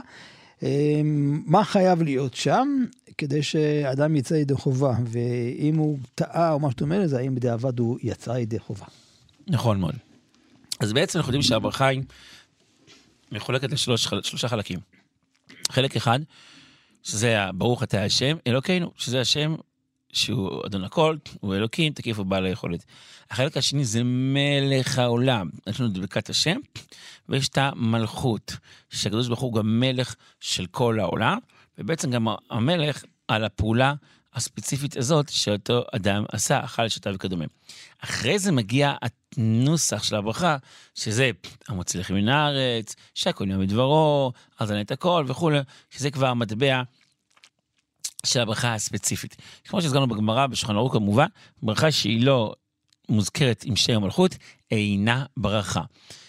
מה חייב להיות שם, כדי שאדם יצא ידי חובה, ואם הוא טעה או מה שאתה אומר לזה, האם בדיעבד הוא יצא ידי חובה. נכון מאוד. אז בעצם אנחנו יודעים שהברכה היא מחולקת לשלושה חלקים. חלק אחד, שזה ברוך אתה השם, אלוקינו, שזה השם שהוא אדון הכל, הוא אלוקים, תקיף ובעל היכולת. החלק השני זה מלך העולם. יש לנו דבקת השם, ויש את המלכות, שהקדוש ברוך הוא גם מלך של כל העולם, ובעצם גם המלך על הפעולה הספציפית הזאת שאותו אדם עשה, אכל, שתה וכדומה. אחרי זה מגיע הנוסח של הברכה, שזה המוציא לחם מן הארץ, שהכל נהיה מדברו, אז ענה את הכל וכו', שזה כבר המטבע של הברכה הספציפית. כמו שהסגרנו בגמרא, בשולחן ערוך כמובן, ברכה שהיא לא מוזכרת עם שם המלכות, אינה ברכה.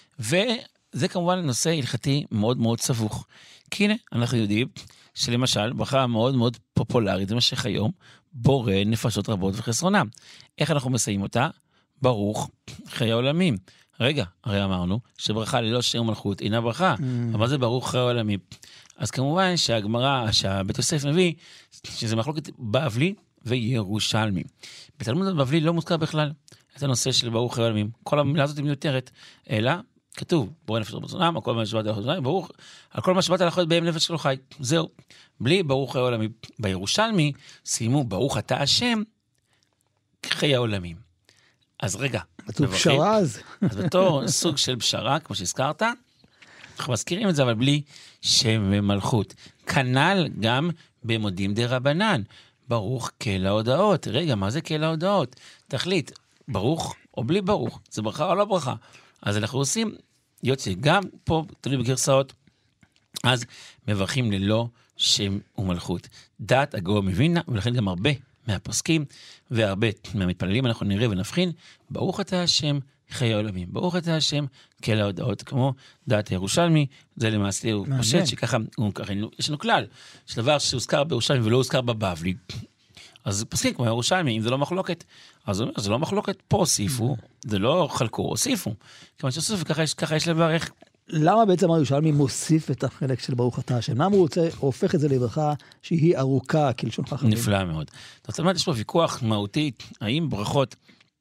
וזה כמובן נושא הלכתי מאוד מאוד סבוך. כי הנה, אנחנו יודעים שלמשל, ברכה מאוד מאוד פופולרית במשך היום, בורא נפשות רבות וחסרונם. איך אנחנו מסיים אותה? ברוך חיי העולמים. רגע, הרי אמרנו שברכה ללא שם מלכות אינה ברכה, אבל זה ברוך חיי העולמים. אז כמובן שהגמרא, שהבית יוסף מביא, שזה מחלוקת בבלי וירושלמי. בתלמוד הבבלי לא מוזכר בכלל את הנושא של ברוך חיי העולמים. כל המילה הזאת היא מיותרת, אלא כתוב, בורא נפשות רצונם, על כל מה שבאת הלכות, ברוך, על כל מה שבאת הלכות בהם נפש שלו חי. זהו. בלי ברוך חיי העולמים. בירושלמי סיימו ברוך אתה השם חיי העולמים. אז רגע. כתוב פשרה אז. אז בתור סוג של פשרה, כמו שהזכרת, אנחנו מזכירים את זה, אבל בלי שם ומלכות. כנ"ל גם במודים דה רבנן. ברוך כל ההודעות. רגע, מה זה כל ההודעות? תחליט, ברוך או בלי ברוך. זה ברכה או לא ברכה. אז אנחנו עושים, יוצא גם פה, תלוי בגרסאות, אז מברכים ללא שם ומלכות. דעת הגאון מווילנה, ולכן גם הרבה מהפוסקים, והרבה מהמתפללים אנחנו נראה ונבחין, ברוך אתה השם חיי העולמים. ברוך אתה השם כל ההודעות, כמו דעת הירושלמי, זה למעשה הוא חושב שככה, יש לנו כלל, שדבר שהוזכר בירושלמי ולא הוזכר בבבלי, אז פוסקים כמו ירושלמי, אם זה לא מחלוקת, אז הוא אומר, זה לא מחלוקת, פה הוסיפו, זה לא חלקו, הוסיפו. כיוון שהוסיפו, ככה יש לברך. למה בעצם הירושלמי מוסיף את החלק של ברוך אתה השם? למה הוא רוצה, הופך את זה לברכה שהיא ארוכה, כלשון חכמים? נפלא מאוד. זאת אומרת, יש פה ויכוח מהותי, האם ברכות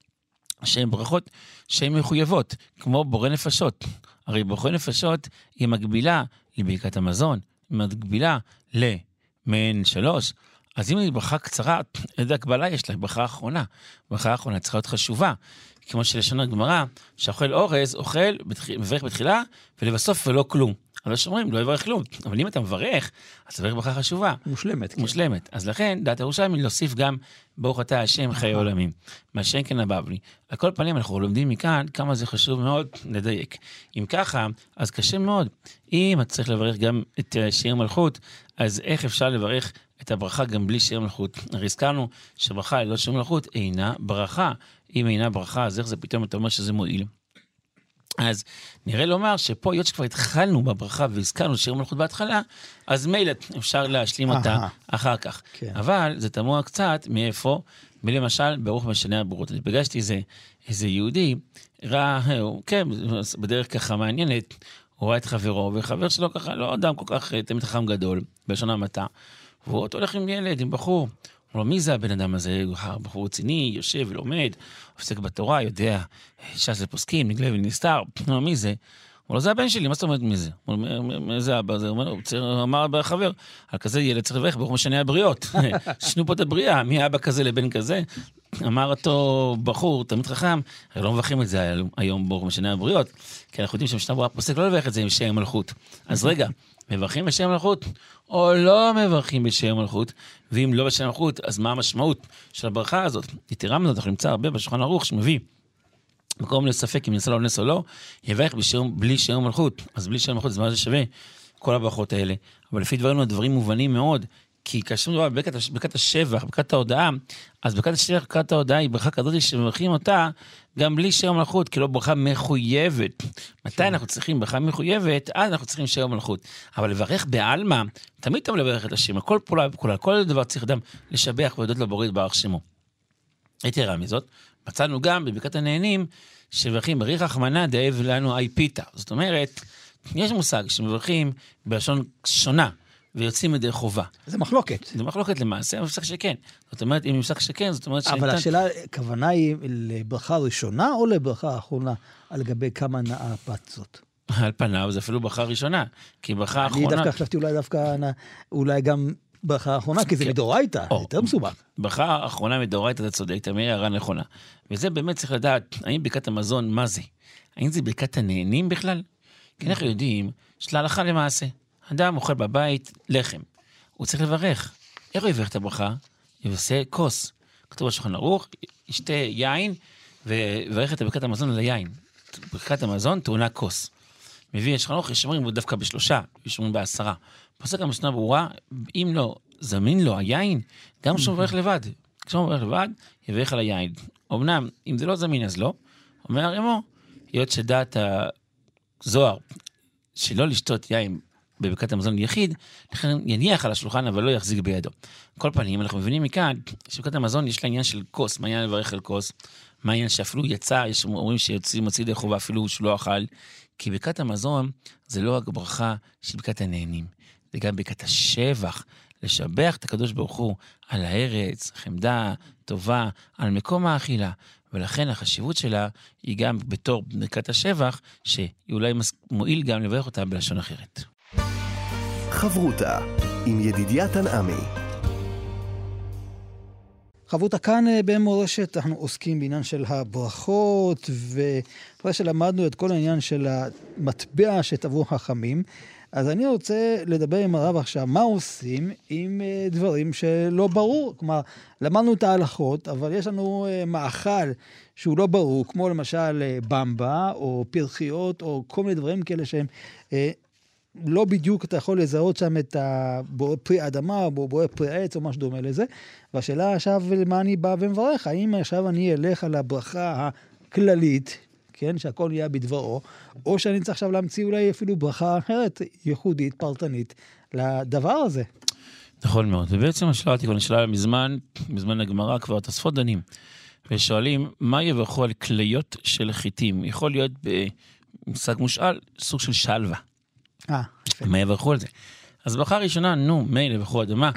שהן מחויבות, כמו בורא נפשות. הרי בורא נפשות היא מקבילה לברכת המזון, היא מקבילה למעין 3, אז אם היא ברכה קצרה, איזה הקבלה יש לה? ברכה האחרונה. ברכה האחרונה צריכה להיות חשובה. כמו שלשון הגמרא, שאוכל אורז, אוכל, מברך בתחילה, ולבסוף ולא כלום. אבל שאומרים, לא יברך כלום. אבל אם אתה מברך, אז תברך ברכה חשובה. מושלמת. כן. מושלמת. אז לכן, דעת ירושלמי להוסיף גם ברוך אתה השם חיי עולמים. מה שאין כן הבבלי. על כל פנים, אנחנו לומדים מכאן כמה זה חשוב מאוד לדייק. אם ככה, אז קשה מאוד. אם אתה צריך לברך גם את שיר מלכות, אז איך אפשר לברך את הברכה גם בלי שיר מלכות? הרי הזכרנו שברכה ללא שיר מלכות אינה ברכה. אם אינה ברכה, אז איך זה פתאום אתה אומר שזה מועיל? אז נראה לומר שפה, היות שכבר התחלנו בברכה והזכרנו שיר מלכות בהתחלה, אז מילא אפשר להשלים אותה אחר כך. כן. אבל זה תמוה קצת מאיפה, מלמשל, ברוך משנה הברורות. אני פגשתי איזה יהודי, כן, בדרך ככה מעניינת, הוא ראה את חברו, וחבר שלו ככה, לא אדם כל כך תמיד חכם גדול, בלשון המעטה, והוא הולך עם ילד, עם בחור, אמרו, מי זה הבן אדם הזה? הוא בחור רציני, יושב ולומד, עוסק בתורה, יודע, ש"ס לפוסקים, נגלה ונסתר. אמרו, מי זה? אמרו, זה הבן שלי, מה זאת אומרת מי זה? מי זה אבא? הוא אמר בחבר, על כזה ילד צריך לברך, ברוך משנה הבריות. שנו פה את הבריאה, מי אבא כזה לבן כזה? אמר אותו בחור, תמיד חכם, הרי לא מברכים את זה היום ברוך משנה הבריות, כי אנחנו יודעים שמשנה ברורה פוסק לא לברך את זה עם שם מלכות. אז רגע, מברכים בשם מלכות, או לא מברכים בשם מלכות, ואם לא בשם מלכות, אז מה המשמעות של הברכה הזאת? יתרה מזאת, אנחנו נמצא הרבה בשולחן ערוך שמביא, מקום לספק אם נעשה לו נס או לא, יברך בלי שם מלכות. אז בלי שם מלכות זה מה זה שווה, כל הברכות האלה. אבל לפי דברים מובנים מאוד, כי כאשר מדובר בברכת השבח, ברכת ההודעה, אז ברכת השבח, ברכת ההודעה היא ברכה כזאת שמברכים אותה גם בלי שם מלכות, כי לא ברכה מחויבת. מתי אנחנו צריכים ברכה מחויבת? אז אנחנו צריכים שם מלכות. אבל לברך בעלמא, תמיד טוב לברך את השם, על כל פעולה וכולה, כל דבר צריך אדם לשבח ולהודות לבורא יתברך שמו. יתרה מזאת, מצאנו גם בברכת הנהנים, שמברכים בריך רחמנא דהב לנו אי פיתא. זאת אומרת, יש מושג שמברכים בלשון שונה, ויוצאים מדי חובה. זה מחלוקת. זה מחלוקת למעשה, אבל פסק שכן. זאת אומרת, אם פסק שכן, זאת אומרת אבל השאלה, הכוונה היא לברכה ראשונה או לברכה אחרונה, על גבי כמה נאה פת זאת? על פניו, זה אפילו ברכה ראשונה, כי ברכה האחרונה... אני דווקא חשבתי אולי גם ברכה האחרונה, כי זה מדאורייתא, יותר מסובך. ברכה האחרונה מדאורייתא, אתה צודק, תמיד הערה נכונה. וזה באמת צריך לדעת, האם ברכת המזון, מה זה? האם זה ברכת הנהנים בכלל? כי אנחנו יודעים שלהלכה למעשה. אדם אוכל בבית לחם. הוא צריך לברך. איך הוא יברך את הברכה? יבשה כוס. כתוב בשולחן ערוך, ישתה יין, וברך את ברכת המזון על היין. ברכת המזון טעונה כוס. מביא השולחן ערוך, יש אומרים דווקא ב3, יש אומרים ב10. פוסק המשנה ברורה, אם לא זמין לו היין, גם כשהוא מברך לבד. כשהוא מברך לבד, יברך על היין. אמנם, אם זה לא זמין אז לא, אומר הרמו, היות שדעת הזוהר, שלא לשתות יין בברכת המזון יחיד, לכן יניח על השולחן, אבל לא יחזיק בידו. כל פנים, אנחנו מבינים מכאן, שברכת המזון יש לה עניין של כוס, מה העניין לברך על כוס? מה העניין שאפילו יצא, יש אומרים שיוצאים מוציא די חובה, אפילו שהוא לא אכל, כי ברכת המזון זה לא רק ברכה של ברכת הנהנים, זה גם ברכת השבח, לשבח את הקדוש ברוך הוא על הארץ, חמדה, טובה, על מקום האכילה, ולכן החשיבות שלה היא גם בתור ברכת השבח, שהיא אולי מועיל גם לברך אותה בלשון אחרת. חברותה עם ידידיה תנעמי. חברותה כאן במורשת, אנחנו עוסקים בעניין של הברכות, ואחרי שלמדנו את כל העניין של המטבע שטבעו חכמים, אז אני רוצה לדבר עם הרב עכשיו, מה עושים עם דברים שלא ברור? כלומר, למדנו את ההלכות, אבל יש לנו מאכל שהוא לא ברור, כמו למשל במבה, או פרחיות, או כל מיני דברים כאלה שהם לא בדיוק אתה יכול לזהות שם את פרי אדמה, או פרי עץ, או משהו דומה לזה. והשאלה עכשיו, למה אני בא ומברך? האם עכשיו אני אלך על הברכה הכללית, כן, שהכל יהיה בדברו, או שאני צריך עכשיו להמציא אולי אפילו ברכה אחרת, ייחודית, פרטנית, לדבר הזה. נכון מאוד. ובעצם השאלה התיקון נשאלה בזמן הגמרא כבר תוספות דנים, ושואלים, מה יברכו על כליות של חיטים? יכול להיות במושג מושאל, סוג של שלווה. מה יברכו על זה? אז ברכה ראשונה, מילא יברכו אדמה,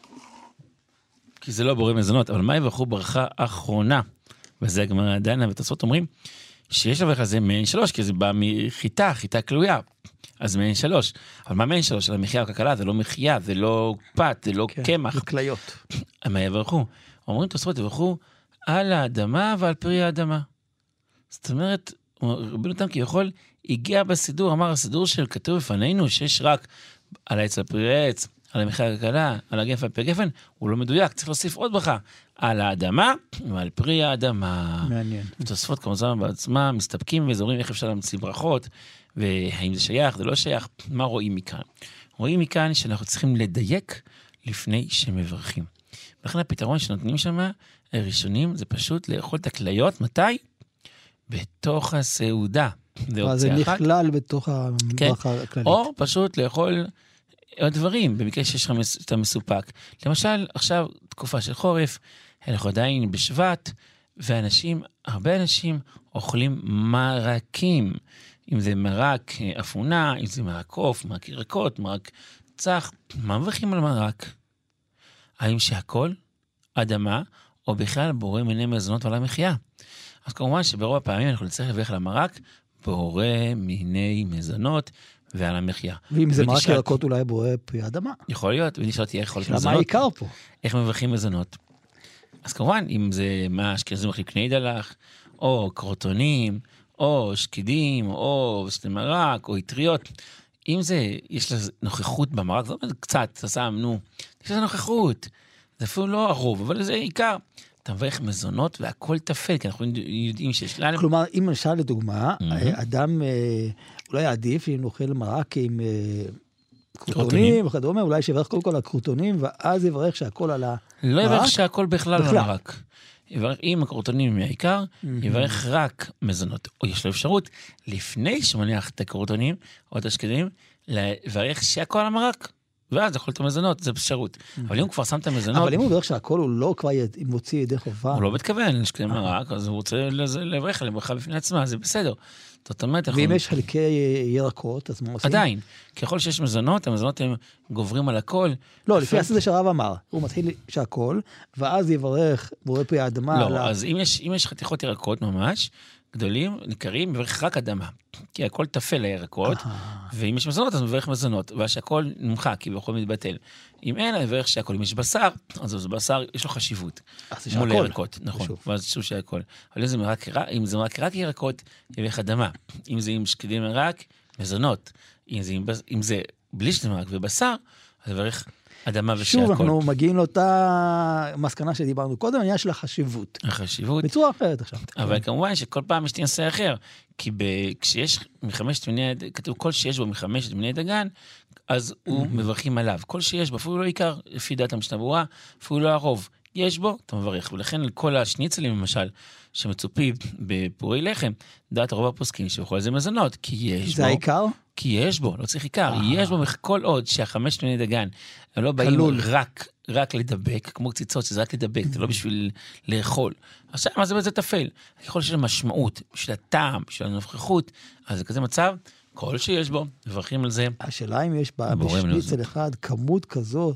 כי זה לא בורא מזונות, אבל מה יברכו ברכה אחרונה? וזה הגמרא דנה ותוספות אומרים, שיש לברך על זה מעין 3, כי זה בא מחיטה, חיטה כלויה. אז מעין 3. אבל מה מעין 3? על המחיה הכלכלה, זה לא מחיה, זה לא פת, זה לא קמח. זה כליות. מה יברכו? אומרים תוספות, יברכו על האדמה ועל פרי האדמה. זאת אומרת, רבינו תם כביכול, הגיע בסידור, אמר הסידור של כתוב בפנינו, שיש רק על העץ הפרי העץ, על המחיה הכלכלה, על הגפן פרי גפן, הוא לא מדויק, צריך להוסיף עוד ברכה. על האדמה ועל פרי האדמה. מעניין. תוספות כמובן בעצמה, מסתפקים ואזורים איך אפשר להמציא ברכות, והאם זה שייך, זה לא שייך, מה רואים מכאן? רואים מכאן שאנחנו צריכים לדייק לפני שמברכים. ולכן הפתרון שנותנים שם, הראשונים, זה פשוט לאכול את הכליות, מתי? בתוך הסעודה. זה נכלל בתוך הברכה הכללית. או פשוט לאכול דברים, במקרה שיש לך את המסופק. למשל, עכשיו תקופה של חורף, אנחנו עדיין בשבט, ואנשים, הרבה אנשים אוכלים מרקים. אם זה מרק אפונה, אם זה מרק עוף, מרק ירקות, מרק צח, מה מברכים על מרק? האם שהכל? אדמה, או בכלל בורא מיני מזונות ועל המחיה. אז כמובן שברוב הפעמים אנחנו נצטרך לברך למרק, בורא מיני מזונות ועל המחיה. ואם זה מרק ירקות אולי בורא פרי אדמה. יכול להיות, ונשאלתי איך יכול להיות מזונות. למה העיקר פה? איך מברכים מזונות? אז כמובן, אם זה מה אשכנזים אוכלים קני דלח, או קרוטונים, או שקידים, או מרק, או אטריות, אם זה, יש לזה נוכחות במרק, זאת אומרת, קצת, אתה שם, יש לזה נוכחות. זה אפילו לא הרוב, אבל זה עיקר. אתה מברך מזונות והכל תפל, כי אנחנו יודעים שיש לנו... כלומר, אם למשל לדוגמה, אדם אולי עדיף אם נאכל מרק עם קרוטונים, וכדומה, אולי שיברך קודם כל הקרוטונים, ואז יברך שהכל על המרק. לא יברך שהכל בכלל על המרק. יברך עם הקרוטונים מהעיקר, יברך רק מזונות. או יש לו אפשרות, לפני שמניח את הקרוטונים, או את השקדים, לברך שהכל על המרק. ואז יכול להיות המזונות, זה אפשרות. אבל אם הוא כבר שם את המזונות... אבל אם הוא ברך שהכל הוא לא כבר מוציא ידי חובה... הוא לא מתכוון לשקדים מרק, אז הוא רוצה לברך עליהם ברכה בפני עצמה, זה בסדר. זאת אומרת... ואם יש חלקי ירקות, אז מה עושים? עדיין. ככל שיש מזונות, המזונות הם גוברים על הכל. לא, לפי הסדר שהרב אמר. הוא מתחיל שהכל, ואז יברך בורא פרי האדמה... לא, אז אם יש חתיכות ירקות ממש, גדולים, ניכרים, מברך רק אדמה. כי הכל תפל לירקות, ואם יש מזונות, אז מברך מזונות, והשהכל נמחק, כי בכל מתבטל. אם אין, מברך שהכל. אם יש בשר, אז בשר, יש לו חשיבות. מול הירקות, נכון. ואז שוב שהכל. אבל אם זה רק ירקות, יברך אדמה. אם זה עם שקדים רק, מזונות. אם זה בלי שקדים רק ובשר, אז יברך אדמה ושהכל. שוב, אנחנו מגיעים לאותה מסקנה שדיברנו קודם, העניין של החשיבות. החשיבות. בצורה אחרת עכשיו. אבל כמובן שכל פעם יש נושא אחר, כי כשיש מחמשת מיני, כתוב כל שיש בו מחמשת מיני דגן, אז הוא מברכים עליו. כל שיש בו, אפילו לא עיקר, לפי דעת המשנה ברורה, אפילו לא הרוב. יש בו, אתה מברך. ולכן על כל השניצלים, למשל, שמצופים בפורי לחם, דעת הרוב הפוסקים שבכל זה מזונות, כי יש בו. זה העיקר? כי יש בו, לא צריך עיקר. יש בו כל עוד שהחמשת מיני דגן, הם לא באים רק לדבק, כמו קציצות, שזה רק לדבק, זה לא בשביל לאכול. עכשיו, מה זה תפל? ככל שיש משמעות, בשביל הטעם, בשביל הנוכחות, אז זה כזה מצב, כל שיש בו, מברכים על זה. השאלה אם יש בשניצל אחד כמות כזו,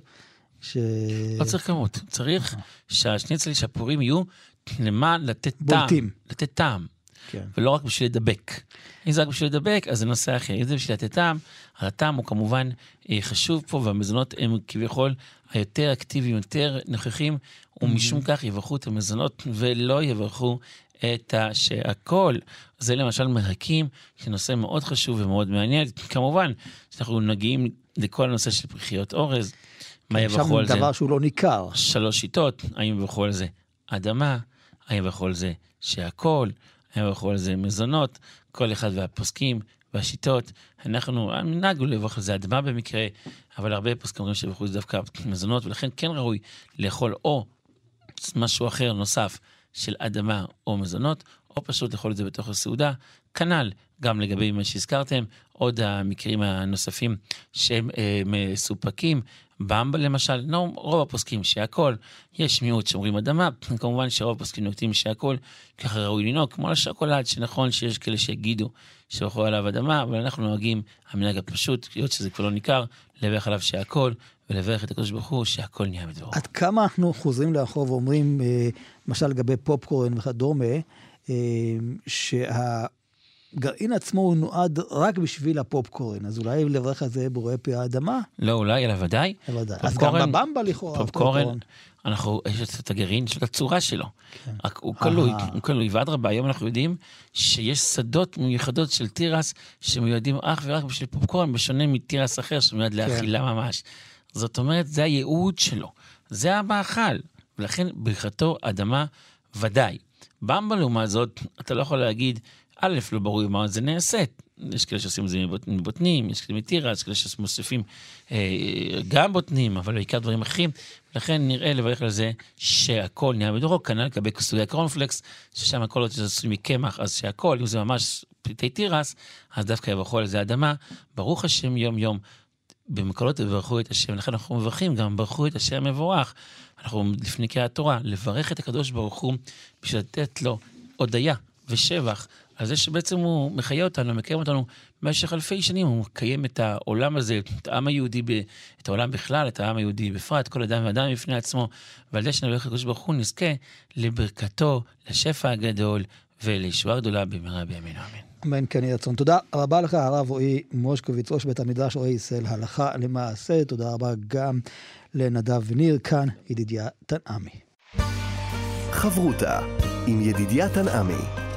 לא צריך כמות, צריך שהשניצלים, שהפורים יהיו למען לתת טעם. בולטים. לתת טעם. ולא רק בשביל לדבק. אם זה רק בשביל לדבק, אז זה נושא אחר. אם זה בשביל לתת טעם, אז הטעם הוא כמובן חשוב פה, והמזונות הם כביכול היותר אקטיביים, יותר נוכחים, ומשום כך יברכו את המזונות, ולא יברכו את שהכל. זה למשל מרקים, שנושא מאוד חשוב ומאוד מעניין. כמובן, שאנחנו נגיעים לכל הנושא של פריחיות אורז, מה יברכו על זה? שם דבר שהוא לא ניכר. 3 שיטות, האם יברכו על זה אדמה, האם יברכו על זה שהכל, האם יברכו על זה מזונות, כל אחד והפוסקים והשיטות. אנחנו נהגנו לברך על זה אדמה במקרה, אבל הרבה פוסקים אומרים שיברכו על זה דווקא מזונות, ולכן כן ראוי לאכול או משהו אחר נוסף של אדמה או מזונות, או פשוט לאכול את זה בתוך הסעודה. כנ"ל גם לגבי מה שהזכרתם, עוד המקרים הנוספים שהם מסופקים, במבה למשל, רוב הפוסקים שהכל, יש מיעוט שאומרים אדמה, כמובן שרוב הפוסקים נוקטים שהכל, ככה ראוי לנהוג, כמו לשוקולד, שנכון שיש כאלה שיגידו שאוכלו עליו אדמה, אבל אנחנו נוהגים המנהג הפשוט, להיות שזה כבר לא ניכר, לברך עליו שהכל, ולברך את הקדוש ברוך הוא שהכל נהיה בדברו. עד כמה אנחנו חוזרים לאחור ואומרים, למשל לגבי פופקורן וכדומה, גרעין עצמו הוא נועד רק בשביל הפופקורן, אז אולי לברך על זה בורא פרי האדמה? לא, אולי, אלא ודאי. אז גם בבמבה לכאורה. פופקורן, יש את הגרעין של הצורה שלו. רק הוא קלוי, ועד רבה, היום אנחנו יודעים שיש שדות מיוחדות של תירס, שמיועדים אך ורק בשביל פופקורן, בשונה מתירס אחר, שמיועד לאכילה ממש. זאת אומרת, זה הייעוד שלו. זה המאכל. ולכן ברכתו אדמה ודאי. במבה לעומת זאת, אתה לא יכול להגיד, א', לא ברור מה זה נעשית. יש כאלה שעושים את זה מבוטנים, יש כאלה מתירה, יש כאלה שמוסיפים גם בוטנים, אבל בעיקר דברים אחרים. לכן נראה לברך על זה שהכל נהיה בדורו, כנ"ל לגבי סוגי הקורנפלקס, ששם הכל עוד עשוי מקמח, אז שהכל, אם זה ממש פליטי תירס, אז דווקא יברכו על זה אדמה. ברוך השם יום יום, במקולות יברכו את השם. לכן אנחנו מברכים, גם ברכו את השם מבורך. אנחנו לפני קריאת התורה, לברך את הקדוש ברוך הוא, בשביל לתת לו הודיה ושבח אז זה שבעצם הוא מחיה אותנו, מקיים אותנו במשך אלפי שנים, הוא מקיים את העולם הזה, את העם היהודי, את העולם בכלל, את העם היהודי בפרט, כל אדם ואדם בפני עצמו, ועל זה שנלך לקדוש ברוך הוא נזכה לברכתו, לשפע הגדול, ולישועה גדולה במהרה בימינו אמן. אמן כן יהי רצון. תודה רבה לך הרב רועי מושקוביץ, ראש בית המדרש אורי ישראל הלכה למעשה. תודה רבה גם לנדב וניר, כאן ידידיה תנעמי. חברותה עם ידידיה תנעמי.